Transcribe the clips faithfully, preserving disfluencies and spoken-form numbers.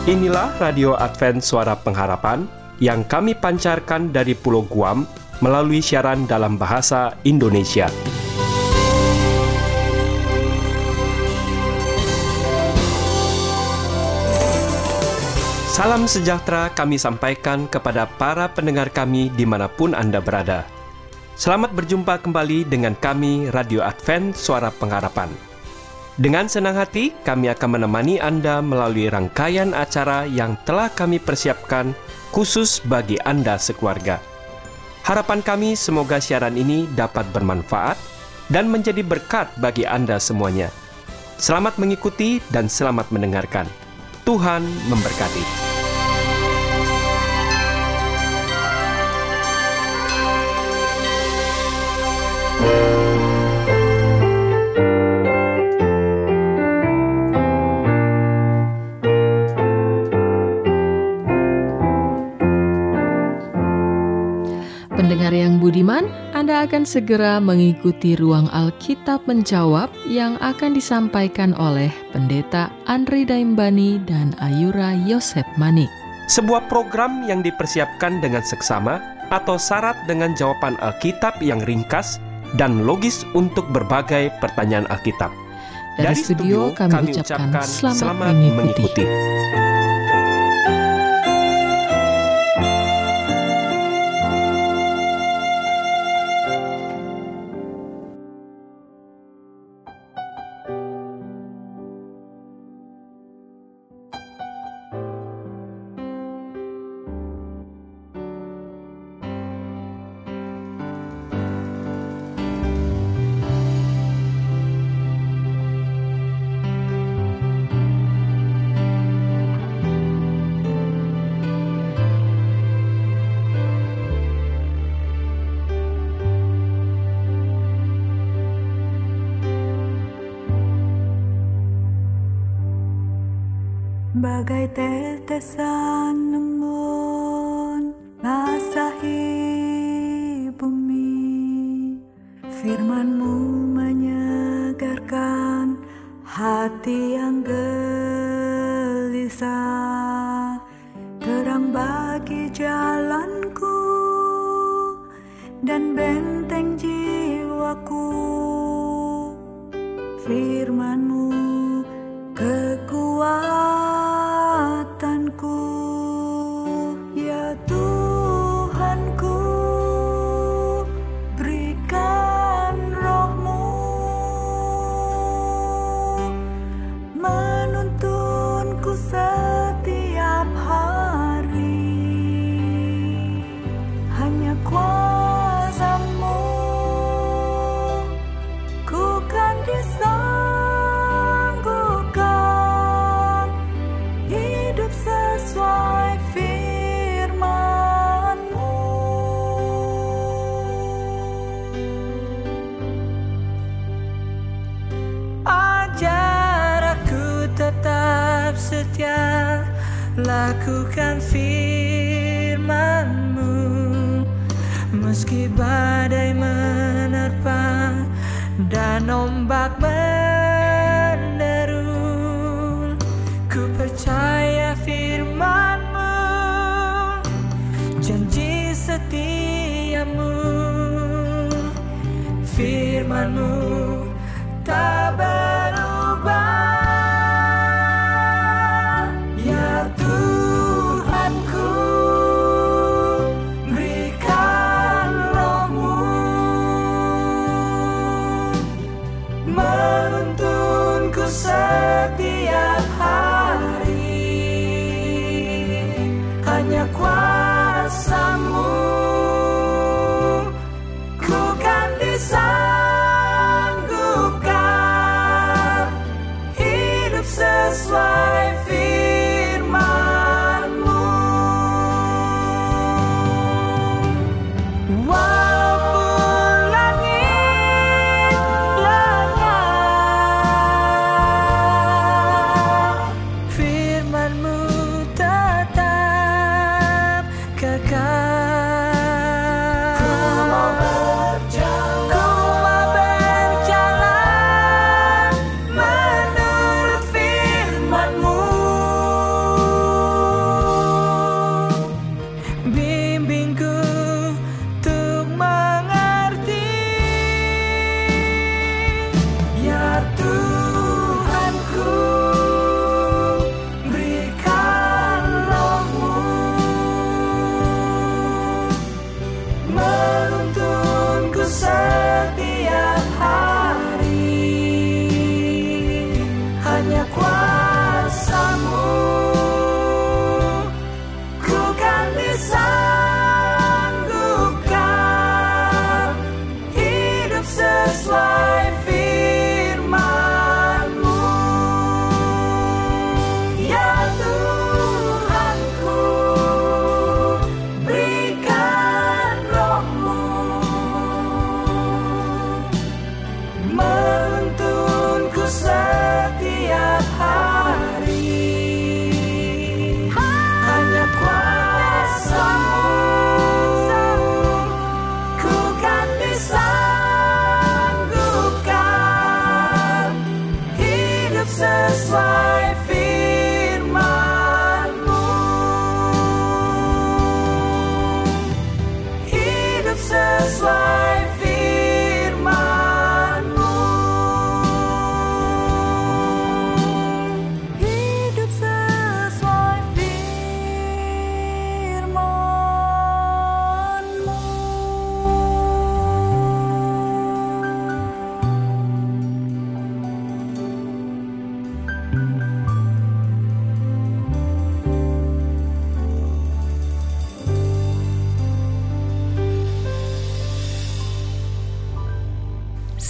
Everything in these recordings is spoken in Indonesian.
Inilah Radio Advent Suara Pengharapan yang kami pancarkan dari Pulau Guam melalui siaran dalam bahasa Indonesia. Salam sejahtera kami sampaikan kepada para pendengar kami dimanapun Anda berada. Selamat berjumpa kembali dengan kami Radio Advent Suara Pengharapan. Dengan senang hati, kami akan menemani Anda melalui rangkaian acara yang telah kami persiapkan khusus bagi Anda sekeluarga. Harapan kami semoga siaran ini dapat bermanfaat dan menjadi berkat bagi Anda semuanya. Selamat mengikuti dan selamat mendengarkan. Tuhan memberkati. Pendengar yang budiman, Anda akan segera mengikuti Ruang Alkitab Menjawab yang akan disampaikan oleh Pendeta Andri Daimbani dan Ayura Yosep Manik. Sebuah program yang dipersiapkan dengan seksama atau syarat dengan jawaban Alkitab yang ringkas dan logis untuk berbagai pertanyaan Alkitab. Dari, Dari studio, studio kami, kami ucapkan selamat, selamat mengikuti. mengikuti. Bagai tetesan embun basahi bumi, firman-Mu menyegarkan hati yang gelisah, terang bagi jalanku dan benteng jiwaku. Firman-Mu kekuatan setia lakukan firman-Mu, meski badai menerpa dan ombak menderu. Ku percaya firman-Mu, janji setia-Mu. Firman-Mu tak berubah. Setiap hari hanya kuasa-Mu, ku kan disanggupkan hidup sesuai firman-Mu. Walaupun langit lenyap, firman-Mu tetap kekal. Ku mau berjalan, ku mau berjalan menurut firman-Mu.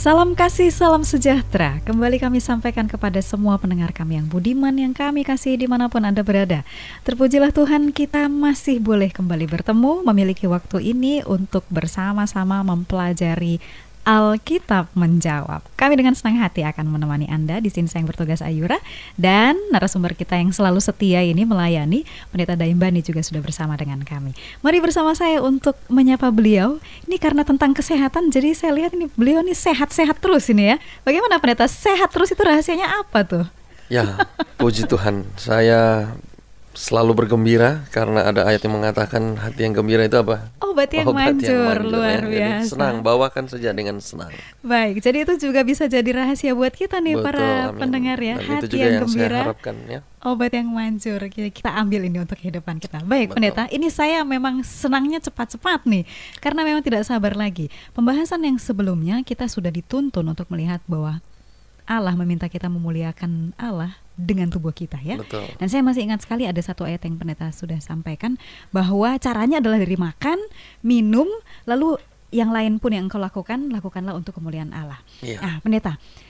Salam kasih, salam sejahtera. Kembali kami sampaikan kepada semua pendengar kami yang budiman, yang kami kasih dimanapun Anda berada. Terpujilah Tuhan, kita masih boleh kembali bertemu, memiliki waktu ini untuk bersama-sama mempelajari Alkitab Menjawab. Kami dengan senang hati akan menemani Anda. Di sini saya yang bertugas Ayura, dan narasumber kita yang selalu setia ini melayani, Pendeta Daimbani juga sudah bersama dengan kami. Mari bersama saya untuk menyapa beliau. Ini karena tentang kesehatan, jadi saya lihat ini beliau ini sehat-sehat terus ini ya. Bagaimana Pendeta? Sehat terus itu rahasianya apa tuh? Ya, puji Tuhan. Saya selalu bergembira karena ada ayat yang mengatakan hati yang gembira itu apa? Obat yang, Obat manjur, yang manjur, luar ya. biasa. Jadi senang, bawakan saja dengan senang. Baik, jadi itu juga bisa jadi rahasia buat kita nih. Betul, para amin. pendengar ya. Dan hati itu juga yang yang gembira, saya harapkan ya. obat yang manjur. Kita kita ambil ini untuk kehidupan kita. Baik, Betul. Pendeta, ini saya memang senangnya cepat-cepat nih, karena memang tidak sabar lagi. Pembahasan yang sebelumnya kita sudah dituntun untuk melihat bahwa Allah meminta kita memuliakan Allah dengan tubuh kita ya. Betul. Dan saya masih ingat sekali ada satu ayat yang Pendeta sudah sampaikan, bahwa caranya adalah dari makan, minum, lalu yang lain pun yang engkau lakukan, lakukanlah untuk kemuliaan Allah. Iya. Nah, Pendeta,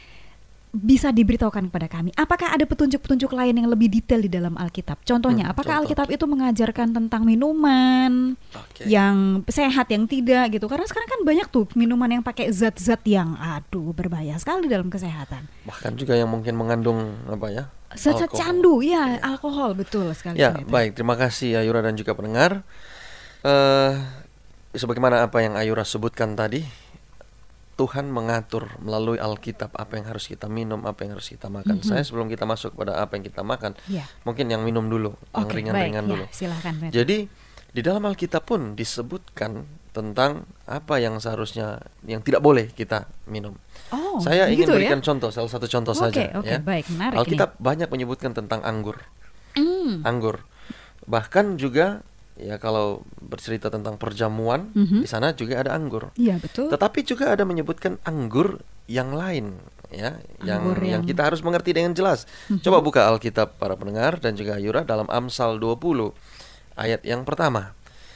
bisa diberitahukan kepada kami, apakah ada petunjuk-petunjuk lain yang lebih detail di dalam Alkitab? Contohnya, Hmm, apakah contoh. Alkitab itu mengajarkan tentang minuman Oke. yang sehat, yang tidak gitu? Karena sekarang kan banyak tuh minuman yang pakai zat-zat yang aduh berbahaya sekali dalam kesehatan. Bahkan juga yang mungkin mengandung apa ya? Zat-zat alkohol. candu, ya, alkohol, betul sekali. Ya, Pendeta. baik. Terima kasih Ayura dan juga pendengar. Eh, sebagaimana apa yang Ayura sebutkan tadi, Tuhan mengatur melalui Alkitab apa yang harus kita minum, apa yang harus kita makan. Mhm. Saya sebelum kita masuk pada apa yang kita makan, Ya. mungkin yang minum dulu, yang Oke, ringan-ringan baik. dulu. Ya, silakan, Pendeta. Jadi di dalam Alkitab pun disebutkan tentang apa yang seharusnya, yang tidak boleh kita minum. Oh, Saya ingin begitu ya? berikan contoh, salah satu contoh Oke, saja. oke, ya. baik, menarik Alkitab banyak menyebutkan tentang anggur, Hmm. anggur. Bahkan juga ya kalau bercerita tentang perjamuan, Mhm. di sana juga ada anggur. Iya, betul. Tetapi juga ada menyebutkan anggur yang lain, ya, yang Anggur yang yang- kita harus mengerti dengan jelas. Mhm. Coba buka Alkitab para pendengar dan juga Ayura dalam Amsal dua puluh ayat yang pertama.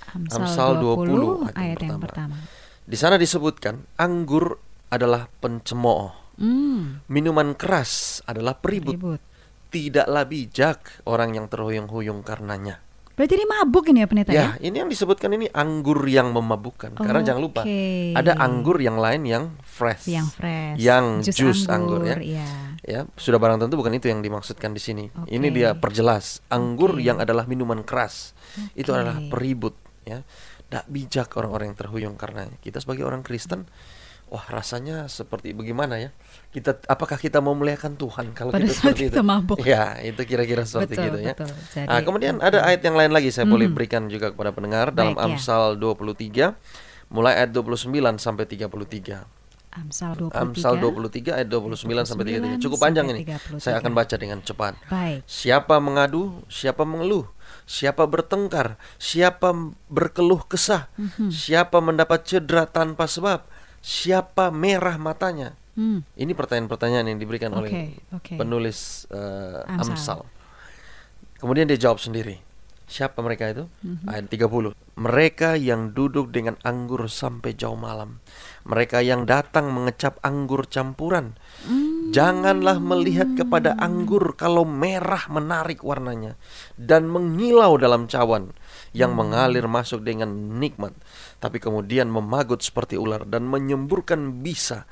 Amsal dua puluh ayat yang pertama. Di sana disebutkan anggur adalah pencemooh, Hmm. minuman keras adalah peribut. Ribut. Tidaklah bijak orang yang terhuyung-huyung karenanya. Berarti ini mabuk ini ya, Pendeta ya? Ya, ini yang disebutkan ini anggur yang memabukkan. Karena jangan lupa, Oke. ada anggur yang lain yang fresh. Yang fresh, Yang jus jus anggur, anggur, ya. iya. Ya, sudah barang tentu bukan itu yang dimaksudkan di sini. Oke. Ini dia perjelas, anggur Oke. yang adalah minuman keras. Itu Oke. adalah peribut, ya. Tak bijak orang-orang yang terhuyung karenanya. Kita sebagai orang Kristen, wah rasanya seperti bagaimana ya? Kita apakah kita mau memuliakan Tuhan kalau Pada kita saat seperti kita itu? mabuk. Ya, itu kira-kira seperti Betul, gitu ya. betul. Jadi- Nah, kemudian ada ayat yang lain lagi saya boleh Mhm. berikan juga kepada pendengar dalam Baik, ya. Amsal dua puluh tiga mulai ayat dua puluh sembilan sampai tiga puluh tiga. Amsal dua puluh tiga. Amsal dua puluh tiga ayat dua puluh sembilan sampai tiga puluh tiga. Cukup panjang ini. tiga puluh tiga. Saya akan baca dengan cepat. Baik. Siapa mengadu, siapa mengeluh, siapa bertengkar, siapa berkeluh kesah, Mhm. siapa mendapat cedera tanpa sebab, siapa merah matanya. Hmm. Ini pertanyaan-pertanyaan yang diberikan Oke, oleh oke. penulis eh, Amsal. Amsal. Kemudian dia jawab sendiri. Siapa mereka itu? Mhm. Ayat tiga puluh. Mereka yang duduk dengan anggur sampai jauh malam. Mereka yang datang mengecap anggur campuran. Hmm. Janganlah melihat kepada anggur kalau merah menarik warnanya dan mengilau dalam cawan yang Hmm. mengalir masuk dengan nikmat, tapi kemudian memagut seperti ular dan menyemburkan bisa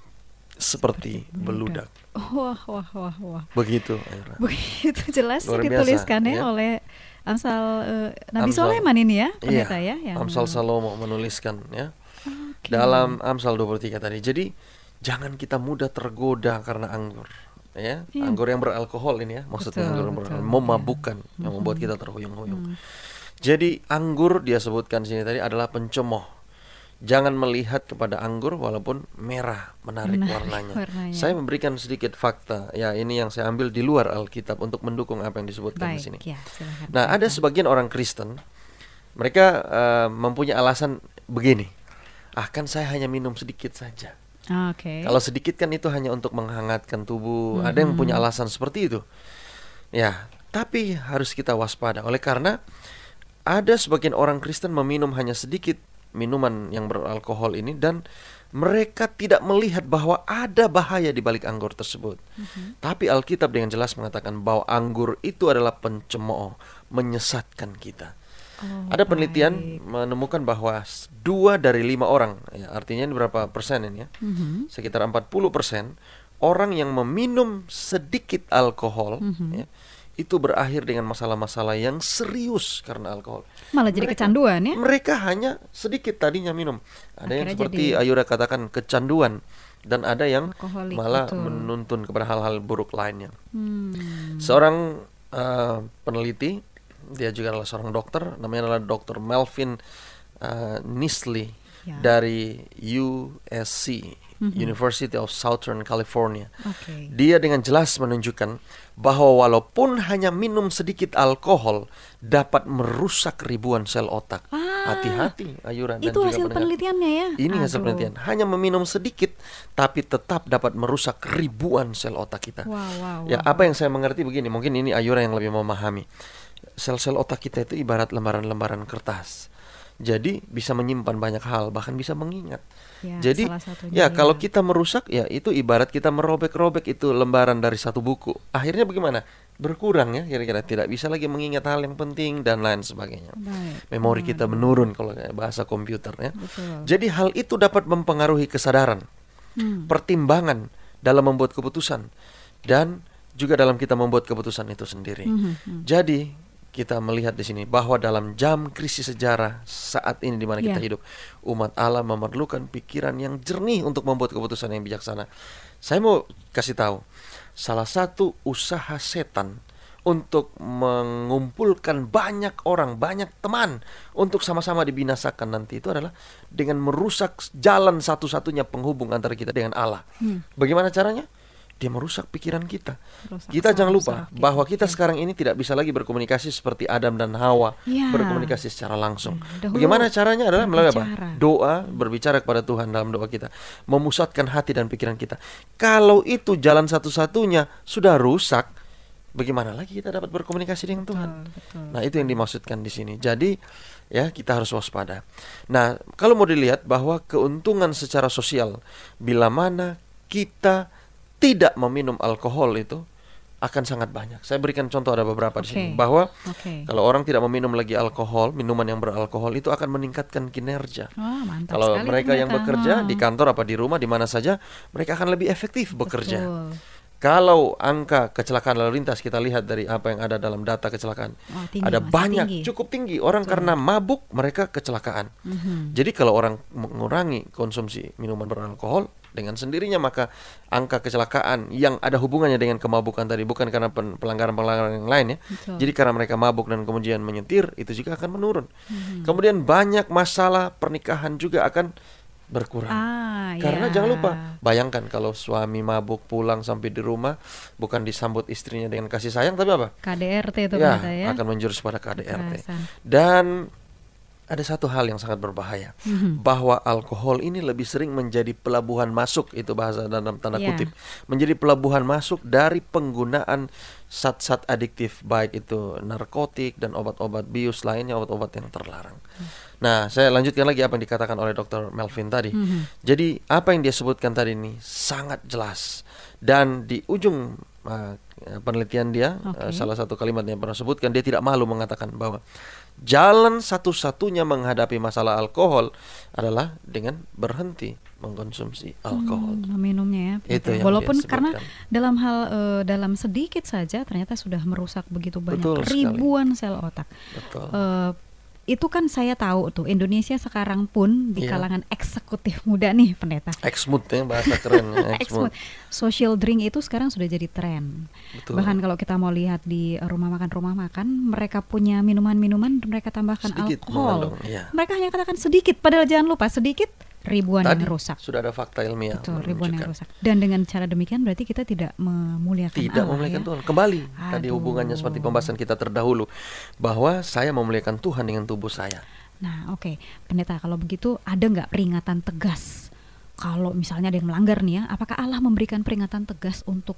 seperti beludak. Wah, wah, wah, wah. Begitu, Ayura. Begitu jelas Luar biasa, dituliskan ya, ya. oleh Amsal eh, Nabi Amsal. Sulaiman ini ya, Iya, Pendeta ya, yang Amsal Salomo menuliskan ya Oke. dalam Amsal dua puluh tiga tadi. Jadi jangan kita mudah tergoda karena anggur, ya. Iya. Anggur yang beralkohol ini ya, maksudnya Betul, anggur yang betul, beralkohol, iya. memabukkan, yang membuat kita terhuyung-huyung. Jadi anggur dia sebutkan sini tadi adalah pencemooh. Jangan melihat kepada anggur walaupun merah menarik, Menarik warnanya. warnanya. Saya memberikan sedikit fakta. Ya, ini yang saya ambil di luar Alkitab untuk mendukung apa yang disebutkan di sini. Baik, ya, silakan. Nah, ada sebagian orang Kristen, mereka eh, mempunyai alasan begini. Ah, kan saya hanya minum sedikit saja. Oke. Kalau sedikit kan itu hanya untuk menghangatkan tubuh. Ada yang punya alasan seperti itu. Ya, tapi harus kita waspada. Oleh karena ada sebagian orang Kristen meminum hanya sedikit minuman yang beralkohol ini, dan mereka tidak melihat bahwa ada bahaya di balik anggur tersebut. Mm-hmm. Tapi Alkitab dengan jelas mengatakan bahwa anggur itu adalah pencemooh, menyesatkan kita. Oh, ada penelitian baik. menemukan bahwa dua dari lima orang, ya, artinya ini berapa persen ini ya? Mm-hmm. Sekitar empat puluh persen orang yang meminum sedikit alkohol, mm-hmm. ya, itu berakhir dengan masalah-masalah yang serius karena alkohol. Malah jadi mereka, kecanduan ya? Mereka hanya sedikit tadinya minum. Ada Akhirnya yang seperti jadi... Ayura katakan kecanduan, dan ada yang alkoholik, malah betul. menuntun kepada hal-hal buruk lainnya. Hmm. Seorang uh, peneliti, dia juga adalah seorang dokter, namanya adalah dokter Melvin uh, Nisley ya. dari U S C, mm-hmm. University of Southern California. Okay. Dia dengan jelas menunjukkan bahwa walaupun hanya minum sedikit alkohol dapat merusak ribuan sel otak. Ah, hati-hati Ayura dan itu juga hasil pendengar. penelitiannya ya. Ini hasil penelitian. Hanya meminum sedikit tapi tetap dapat merusak ribuan sel otak kita. Wow, wow, ya, wow. apa yang saya mengerti begini, mungkin ini Ayura yang lebih memahami. Sel-sel otak kita itu ibarat lembaran-lembaran kertas. Jadi bisa menyimpan banyak hal, bahkan bisa mengingat. Ya, Jadi ya, ya kalau kita merusak, ya itu ibarat kita merobek-robek itu lembaran dari satu buku. Akhirnya bagaimana? Berkurang ya, kira-kira tidak bisa lagi mengingat hal yang penting dan lain sebagainya. Baik. Memori kita menurun kalau bahasa komputer ya. Betul. Jadi hal itu dapat mempengaruhi kesadaran, hmm. pertimbangan dalam membuat keputusan, dan juga dalam kita membuat keputusan itu sendiri. Hmm, hmm. Jadi kita melihat di sini bahwa dalam jam krisis sejarah saat ini di mana yeah. kita hidup, umat Allah memerlukan pikiran yang jernih untuk membuat keputusan yang bijaksana. Saya mau kasih tahu, salah satu usaha setan untuk mengumpulkan banyak orang, banyak teman untuk sama-sama dibinasakan nanti itu adalah dengan merusak jalan satu-satunya penghubung antara kita dengan Allah. Hmm. Bagaimana caranya? Dia merusak pikiran kita. Merusak kita jangan lupa kita. bahwa kita ya. sekarang ini tidak bisa lagi berkomunikasi seperti Adam dan Hawa, ya. berkomunikasi secara langsung. Hmm. Bagaimana caranya adalah melalui apa? Doa, berbicara kepada Tuhan dalam doa kita, memusatkan hati dan pikiran kita. Kalau itu jalan satu-satunya sudah rusak, bagaimana lagi kita dapat berkomunikasi dengan Tuhan? Betul, betul. Nah, itu yang dimaksudkan di sini. Jadi, ya, kita harus waspada. Nah, kalau mau dilihat bahwa keuntungan secara sosial bila mana kita tidak meminum alkohol itu akan sangat banyak. Saya berikan contoh, ada beberapa okay. di sini bahwa okay. kalau orang tidak meminum lagi alkohol, minuman yang beralkohol itu akan meningkatkan kinerja. Oh, kalau mereka yang bekerja oh. di kantor apa di rumah di mana saja, mereka akan lebih efektif bekerja. Betul. Kalau angka kecelakaan lalu lintas kita lihat dari apa yang ada dalam data kecelakaan, oh, tinggi, ada banyak tinggi. cukup tinggi orang Betul. karena mabuk mereka kecelakaan. Mm-hmm. Jadi kalau orang mengurangi konsumsi minuman beralkohol, dengan sendirinya maka angka kecelakaan yang ada hubungannya dengan kemabukan tadi, bukan karena pelanggaran-pelanggaran yang lain ya. Betul. Jadi karena mereka mabuk dan kemudian menyetir, itu juga akan menurun. Mm-hmm. Kemudian banyak masalah pernikahan juga akan berkurang. Ah, Karena yeah. jangan lupa, bayangkan kalau suami mabuk pulang sampai di rumah bukan disambut istrinya dengan kasih sayang, tapi apa? K D R T itu ya, ya. akan menjurus pada K D R T. Kerasan. Dan ada satu hal yang sangat berbahaya, mm-hmm. bahwa alkohol ini lebih sering menjadi pelabuhan masuk, itu bahasa dalam tanda yeah. kutip, menjadi pelabuhan masuk dari penggunaan zat-zat adiktif, baik itu narkotik dan obat-obat bius lainnya, obat-obat yang terlarang. Mm. Nah, saya lanjutkan lagi apa yang dikatakan oleh dokter Melvin tadi. Mm-hmm. Jadi apa yang dia sebutkan tadi ini sangat jelas, dan di ujung uh, penelitian dia, okay. uh, salah satu kalimat yang pernah sebutkan, dia tidak malu mengatakan bahwa jalan satu-satunya menghadapi masalah alkohol adalah dengan berhenti mengkonsumsi alkohol. Hmm, meminumnya ya. Itu yang walaupun karena dalam hal uh, dalam sedikit saja ternyata sudah merusak begitu banyak. Betul ribuan sekali. Sel otak. Betul. Uh, itu kan saya tahu tuh Indonesia sekarang pun di kalangan yeah. eksekutif muda nih pendeta. Eksmut ya bahasa kerennya. Eksmut. Social drink itu sekarang sudah jadi tren. Betul. Bahkan kalau kita mau lihat di rumah makan rumah makan, mereka punya minuman-minuman mereka tambahkan sedikit alkohol. Mengandung, ya. Mereka hanya katakan sedikit, padahal jangan lupa sedikit ribuan Tadi yang rusak. Sudah ada fakta ilmiah. Betul, ribuan yang rusak. Dan dengan cara demikian berarti kita tidak memuliakan Tidak Allah, memuliakan ya? Tuhan. Kembali Aduh. tadi hubungannya seperti pembahasan kita terdahulu, bahwa saya memuliakan Tuhan dengan tubuh saya. Nah, oke, okay. Pendeta, kalau begitu ada nggak peringatan tegas? Kalau misalnya ada yang melanggar nih ya, apakah Allah memberikan peringatan tegas untuk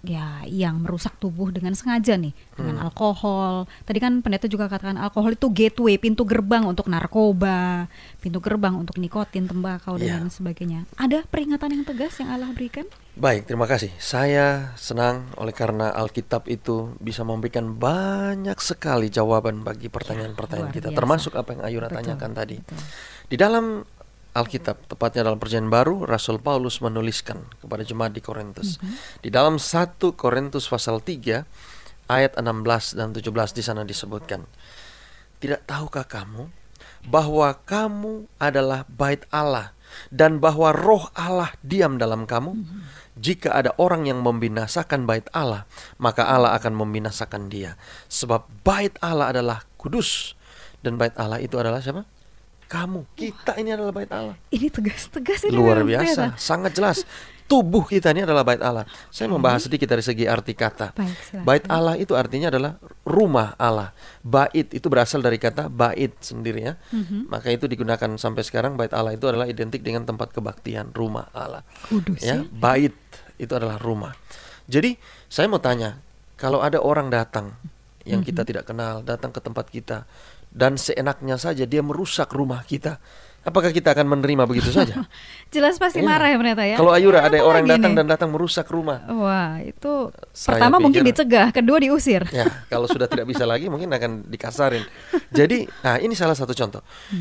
ya yang merusak tubuh dengan sengaja nih, dengan Hmm. alkohol. Tadi kan pendeta juga katakan alkohol itu gateway, pintu gerbang untuk narkoba, pintu gerbang untuk nikotin, tembakau dan Iya. lain sebagainya. Ada peringatan yang tegas yang Allah berikan? Baik, terima kasih. Saya senang oleh karena Alkitab itu bisa memberikan banyak sekali jawaban bagi pertanyaan-pertanyaan luar kita, biasa. termasuk apa yang Ayura Betul, tanyakan tadi. betul. Di dalam Alkitab, tepatnya dalam Perjanjian Baru, Rasul Paulus menuliskan kepada jemaat di Korintus. Di dalam satu Korintus pasal tiga ayat enam belas dan tujuh belas di sana disebutkan, "Tidak tahukah kamu bahwa kamu adalah bait Allah dan bahwa roh Allah diam dalam kamu? Jika ada orang yang membinasakan bait Allah, maka Allah akan membinasakan dia. Sebab bait Allah adalah kudus, dan bait Allah itu adalah siapa? Kamu, kita ini adalah bait Allah." Ini tegas-tegas ini. Luar memang, biasa, pendeta. sangat jelas. Tubuh kita ini adalah bait Allah. Saya membahas sedikit dari segi arti kata. Baik, silakan. Bait Allah itu artinya adalah rumah Allah. Bait itu berasal dari kata bait sendiri ya. Mhm. Maka itu digunakan sampai sekarang. Bait Allah itu adalah identik dengan tempat kebaktian, rumah Allah. Kudus Ya, ya. bait itu adalah rumah. Jadi saya mau tanya, kalau ada orang datang yang kita tidak kenal, datang ke tempat kita dan seenaknya saja dia merusak rumah kita, apakah kita akan menerima begitu saja? Jelas pasti Iya. marah ya pendeta ya. Kalau Ayura ada Apa orang lagi datang nih? dan datang merusak rumah, Wah, itu Saya pertama mungkin pikir- dicegah, kedua diusir. ya kalau sudah tidak bisa lagi mungkin akan dikasarin. Jadi, nah ini salah satu contoh.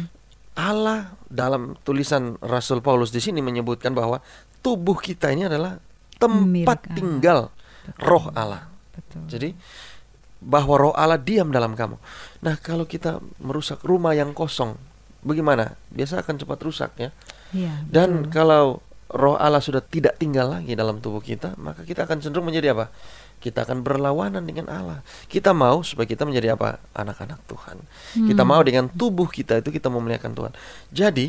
Allah dalam tulisan Rasul Paulus di sini menyebutkan bahwa tubuh kita ini adalah tempat Milik Allah. tinggal roh Allah. Betul. Jadi bahwa roh Allah diam dalam kamu. Nah, kalau kita merusak rumah yang kosong, bagaimana? Biasa akan cepat rusak ya. Iya, Dan betul. kalau roh Allah sudah tidak tinggal lagi dalam tubuh kita, maka kita akan cenderung menjadi apa? Kita akan berlawanan dengan Allah. Kita mau supaya kita menjadi apa? Anak-anak Tuhan. Kita Hmm. mau dengan tubuh kita itu kita memuliakan Tuhan. Jadi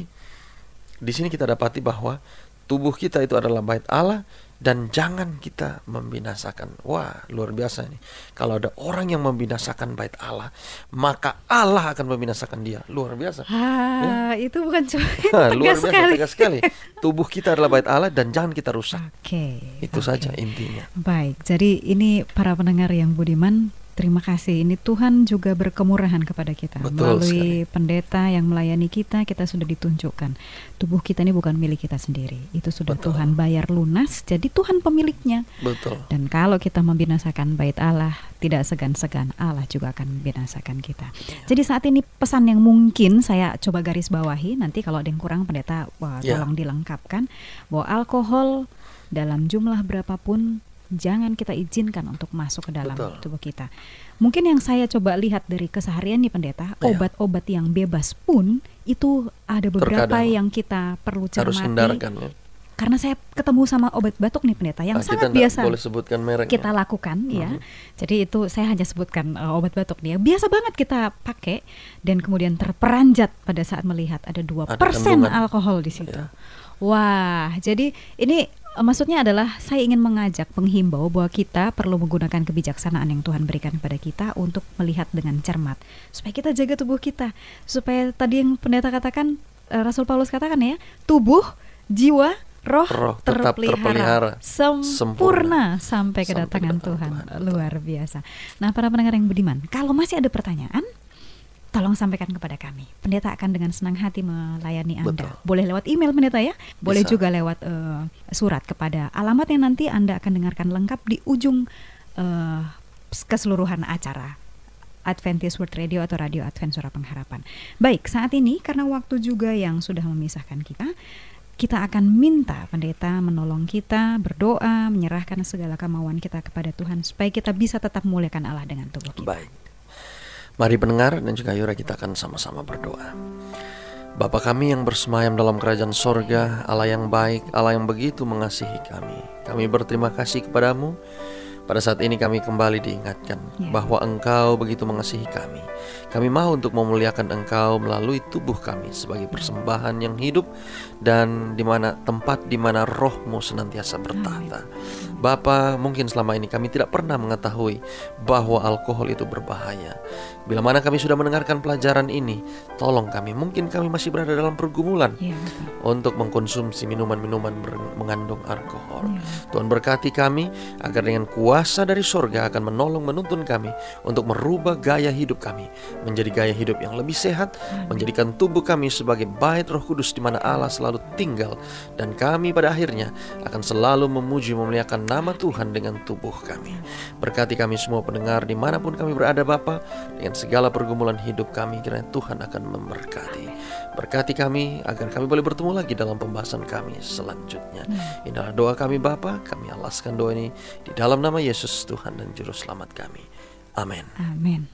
di sini kita dapati bahwa tubuh kita itu adalah bait Allah dan jangan kita membinasakan. Wah, luar biasa ini. Kalau ada orang yang membinasakan bait Allah, maka Allah akan membinasakan dia. Luar biasa. Ah, itu bukan cuma Hah, tegas luar biasa, sekali. tegas sekali. Tubuh kita adalah bait Allah dan jangan kita rusak. Oke. Itu oke. saja intinya. Baik, jadi ini para pendengar yang budiman, terima kasih. Ini Tuhan juga berkemurahan kepada kita. Betul Melalui pendeta yang melayani kita, kita sudah ditunjukkan. Tubuh kita ini bukan milik kita sendiri. Itu sudah Betul. Tuhan bayar lunas, jadi Tuhan pemiliknya. Betul. Dan kalau kita membinasakan bait Allah, tidak segan-segan Allah juga akan membinasakan kita. Jadi saat ini pesan yang mungkin saya coba garis bawahi, nanti kalau ada yang kurang pendeta, wah, Ya. tolong dilengkapkan, bahwa alkohol dalam jumlah berapapun jangan kita izinkan untuk masuk ke dalam Betul. tubuh kita. Mungkin yang saya coba lihat dari keseharian nih pendeta, Ya. obat-obat yang bebas pun itu ada beberapa Terkadang yang kita perlu Harus cermati. hindarkan ya. Karena saya ketemu sama obat batuk nih pendeta yang Nah, sangat kita nggak biasa boleh sebutkan merek kita ya. lakukan ya. Mhm. Jadi itu saya hanya sebutkan uh, obat batuk nih. Biasa banget kita pakai dan kemudian terperanjat pada saat melihat ada dua Ada persen kandungan. alkohol di situ. Ya. Wah, jadi ini uh, maksudnya adalah saya ingin mengajak, menghimbau bahwa kita perlu menggunakan kebijaksanaan yang Tuhan berikan kepada kita untuk melihat dengan cermat supaya kita jaga tubuh kita. Supaya tadi yang pendeta katakan, uh, Rasul Paulus katakan ya, tubuh, jiwa, roh, Roh tetap terpelihara sempurna, sempurna sampai kedatangan kedatangan Tuhan. Tuhan, betul. Luar biasa. Nah, para pendengar yang budiman, kalau masih ada pertanyaan, tolong sampaikan kepada kami. Pendeta akan dengan senang hati melayani Anda. Betul. Boleh lewat email pendeta ya, boleh Bisa. juga lewat eh, surat kepada alamat yang nanti Anda akan dengarkan lengkap di ujung eh, keseluruhan acara Adventist World Radio atau Radio Advent Suara Pengharapan. Baik, saat ini karena waktu juga yang sudah memisahkan kita, kita akan minta pendeta menolong kita, berdoa, menyerahkan segala kemauan kita kepada Tuhan supaya kita bisa tetap memuliakan Allah dengan tubuh kita. Baik. Mari pendengar dan juga Ayura, kita akan sama-sama berdoa. Bapa kami yang bersemayam dalam kerajaan sorga, Allah yang baik, Allah yang begitu mengasihi kami. Kami berterima kasih kepadamu. Pada saat ini kami kembali diingatkan Ya. bahwa Engkau begitu mengasihi kami. Kami mau untuk memuliakan Engkau melalui tubuh kami sebagai persembahan yang hidup dan di mana tempat di mana roh-Mu senantiasa bertata. Bapa, mungkin selama ini kami tidak pernah mengetahui bahwa alkohol itu berbahaya. Bila mana kami sudah mendengarkan pelajaran ini, tolong kami, mungkin kami masih berada dalam pergumulan ya, untuk mengkonsumsi minuman-minuman mengandung alkohol. Ya. Tuhan berkati kami agar dengan kuasa dari sorga akan menolong menuntun kami untuk merubah gaya hidup kami menjadi gaya hidup yang lebih sehat, Amin. Menjadikan tubuh kami sebagai bait Roh Kudus di mana Allah selalu tinggal, dan kami pada akhirnya akan selalu memuji memuliakan nama Tuhan dengan tubuh kami. Berkati kami semua pendengar dimanapun kami berada Bapa, dengan segala pergumulan hidup kami, kiranya Tuhan akan memberkati. Berkati kami agar kami boleh bertemu lagi dalam pembahasan kami selanjutnya. Inilah doa kami Bapa, kami alaskan doa ini di dalam nama Yesus Tuhan dan Juru Selamat kami. Amin. Amin.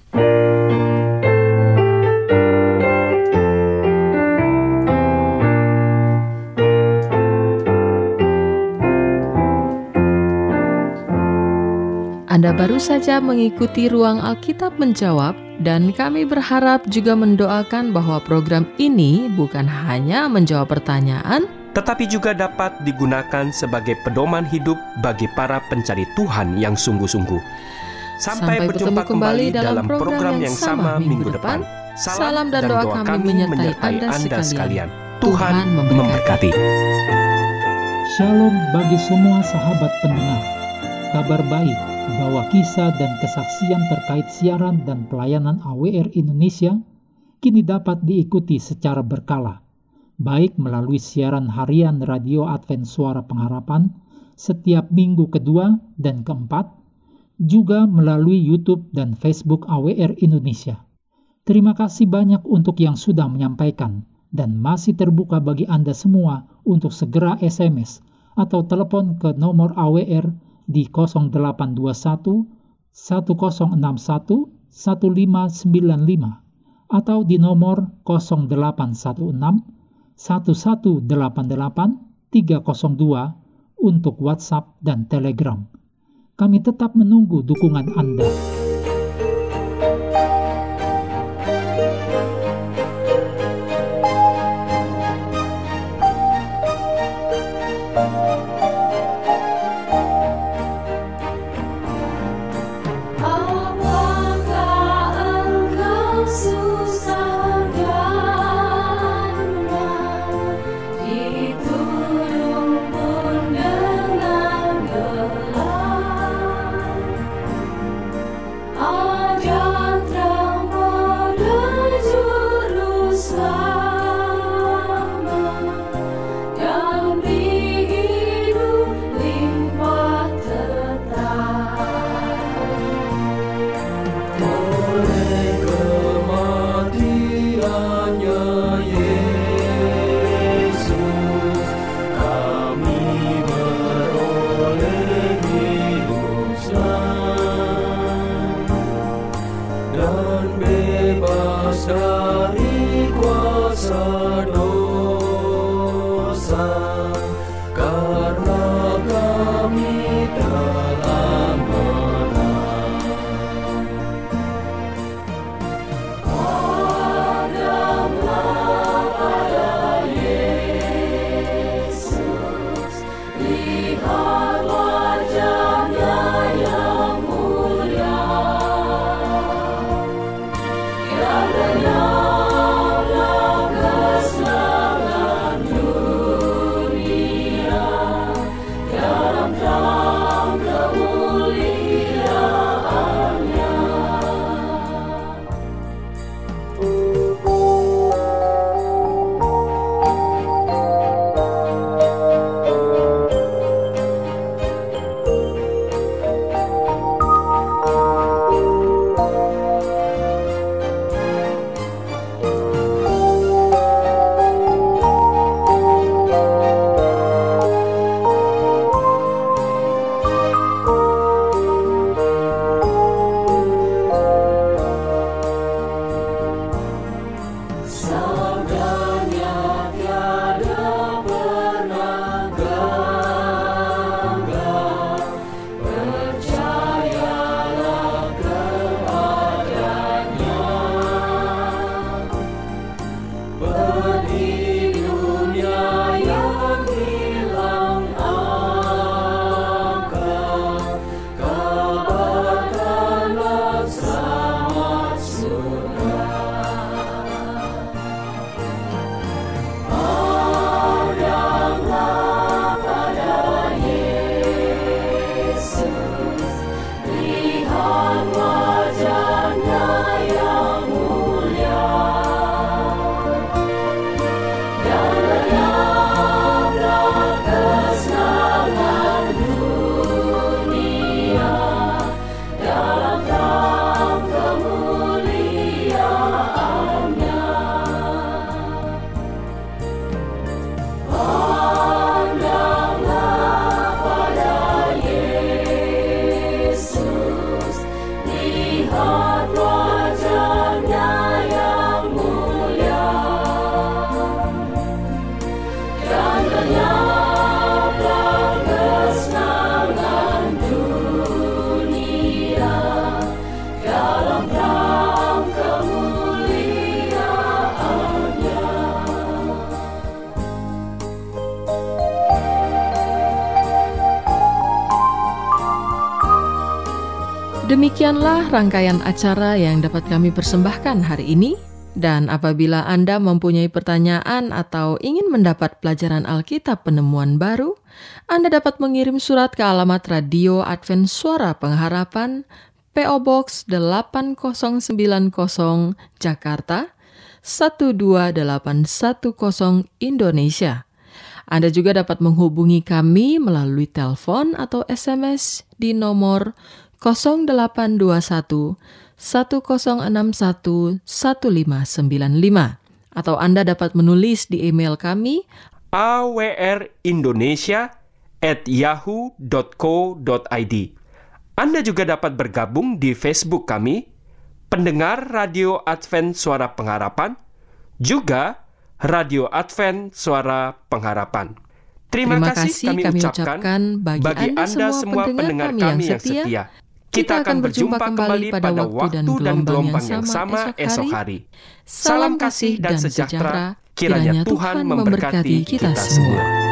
Anda baru saja mengikuti Ruang Alkitab Menjawab, dan kami berharap juga mendoakan bahwa program ini bukan hanya menjawab pertanyaan, tetapi juga dapat digunakan sebagai pedoman hidup bagi para pencari Tuhan yang sungguh-sungguh. Sampai, Sampai berjumpa kembali dalam program yang sama minggu depan. Salam dan doa kami menyertai Anda sekalian. Tuhan memberkati. Shalom bagi semua sahabat pendengar. Kabar baik bahwa kisah dan kesaksian terkait siaran dan pelayanan A W R Indonesia kini dapat diikuti secara berkala, baik melalui siaran harian Radio Advent Suara Pengharapan setiap minggu kedua dan keempat, juga melalui YouTube dan Facebook A W R Indonesia. Terima kasih banyak untuk yang sudah menyampaikan, dan masih terbuka bagi Anda semua untuk segera S M S atau telepon ke nomor A W R di nol delapan dua satu, satu nol enam satu, satu lima sembilan lima atau di nomor nol delapan satu enam, satu satu delapan delapan, tiga nol dua untuk WhatsApp dan Telegram. Kami tetap menunggu dukungan Anda. Hallelujah. Demikianlah rangkaian acara yang dapat kami persembahkan hari ini. Dan apabila Anda mempunyai pertanyaan atau ingin mendapat pelajaran Alkitab penemuan baru, Anda dapat mengirim surat ke alamat Radio Advent Suara Pengharapan, P O Box delapan nol sembilan nol, Jakarta satu dua delapan satu nol, Indonesia. Anda juga dapat menghubungi kami melalui telepon atau S M S di nomor nol delapan dua satu satu nol enam satu satu lima sembilan lima, atau Anda dapat menulis di email kami a w r indonesia at yahoo dot co dot i d. Anda juga dapat bergabung di Facebook kami, Pendengar Radio Advent Suara Pengharapan, juga Radio Advent Suara Pengharapan. Terima, Terima kasih kami, kami ucapkan bagi, bagi Anda, Anda semua pendengar kami yang setia. setia. Kita akan berjumpa kembali pada waktu dan gelombang yang sama esok hari. Salam kasih dan sejahtera, kiranya Tuhan memberkati kita semua.